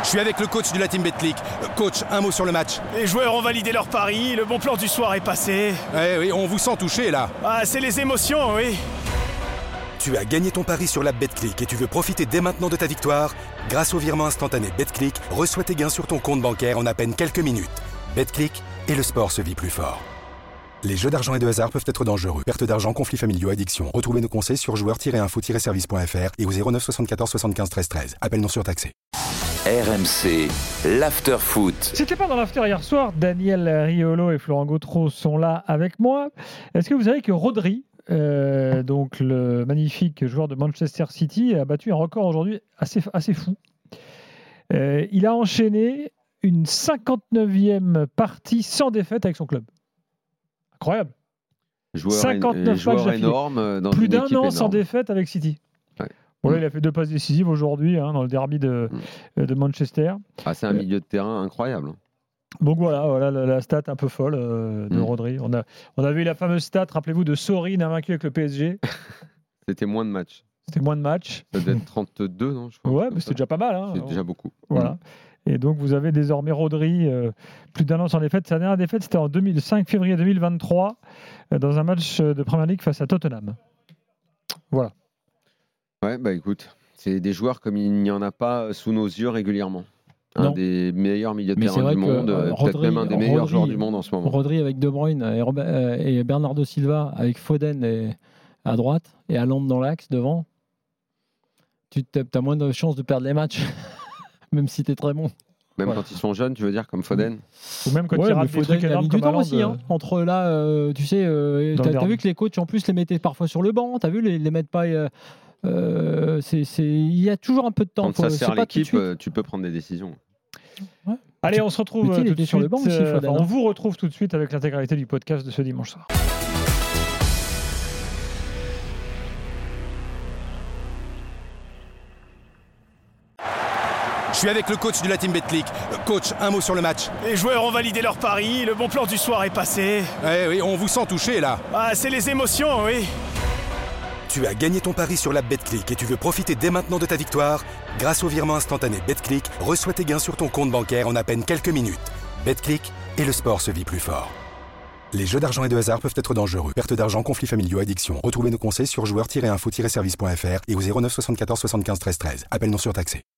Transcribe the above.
suis avec le coach de la team Betclic. Coach, un mot sur le match. Les joueurs ont validé leur pari, le bon plan du soir est passé. Oui, on vous sent touché là. Ah, c'est les émotions, oui. Tu as gagné ton pari sur l'app Betclic et tu veux profiter dès maintenant de ta victoire? Grâce au virement instantané Betclic, reçois tes gains sur ton compte bancaire en à peine quelques minutes. Betclic, et le sport se vit plus fort. Les jeux d'argent et de hasard peuvent être dangereux. Perte d'argent, conflits familiaux, addiction. Retrouvez nos conseils sur joueurs-info-service.fr et au 09 74 75 13 13. Appel non surtaxé. RMC, l'after-foot. C'était pas dans l'after hier soir. Daniel Riolo et Florent Gautreau sont là avec moi. Est-ce que vous savez que Rodri, donc le magnifique joueur de Manchester City, a battu un record aujourd'hui assez fou. Il a enchaîné une 59e partie sans défaite avec son club. Incroyable. 59 matchs énorme dans plus une d'un équipe an énorme. Sans défaite avec City. Ouais. Bon, là, il a fait 2 passes décisives aujourd'hui dans le derby de Manchester. Ah, c'est un milieu de terrain incroyable. Donc voilà la stat un peu folle de Rodri. On a vu la fameuse stat, rappelez-vous, de Sorin invaincu avec le PSG. C'était moins de matchs. C'était moins de matchs. Ça doit être 32, non, je crois. Ouais, mais c'était déjà pas mal. Hein. C'est déjà beaucoup. Voilà. Et donc, vous avez désormais Rodri, plus d'un an sans défaite. Sa dernière défaite, c'était en 5 février 2023, dans un match de Premier League face à Tottenham. Voilà. Ouais, bah écoute, c'est des joueurs comme il n'y en a pas sous nos yeux régulièrement. Un des meilleurs milieux de terrain du monde, peut-être même un des meilleurs joueurs du monde en ce moment. Rodri avec De Bruyne et Bernardo Silva avec Foden à droite et Haaland dans l'axe devant. Tu as moins de chances de perdre les matchs. Même si t'es très bon. Même quand ils sont jeunes, tu veux dire, comme Foden. Ou même quand il rate des trucs énormes comme Haaland. Aussi, hein. Entre là, tu sais, t'as vu que les coachs en plus les mettaient parfois sur le banc. T'as vu, les mettent pas. Il y a toujours un peu de temps. Quand ça sert l'équipe, tu peux prendre des décisions. Ouais. Allez, on se retrouve tout de suite. Sur le banc aussi, Foden, on vous retrouve tout de suite avec l'intégralité du podcast de ce dimanche soir. Je suis avec le coach de la team Betclic. Coach, un mot sur le match. Les joueurs ont validé leur pari, le bon plan du soir est passé. Oui, on vous sent touché là. Ah, c'est les émotions, oui. Tu as gagné ton pari sur l'app Betclic et tu veux profiter dès maintenant de ta victoire? Grâce au virement instantané Betclic, reçois tes gains sur ton compte bancaire en à peine quelques minutes. Betclic, et le sport se vit plus fort. Les jeux d'argent et de hasard peuvent être dangereux. Perte d'argent, conflits familiaux, addiction. Retrouvez nos conseils sur joueurs-info-service.fr et au 09 74 75 13 13. Appel non surtaxé.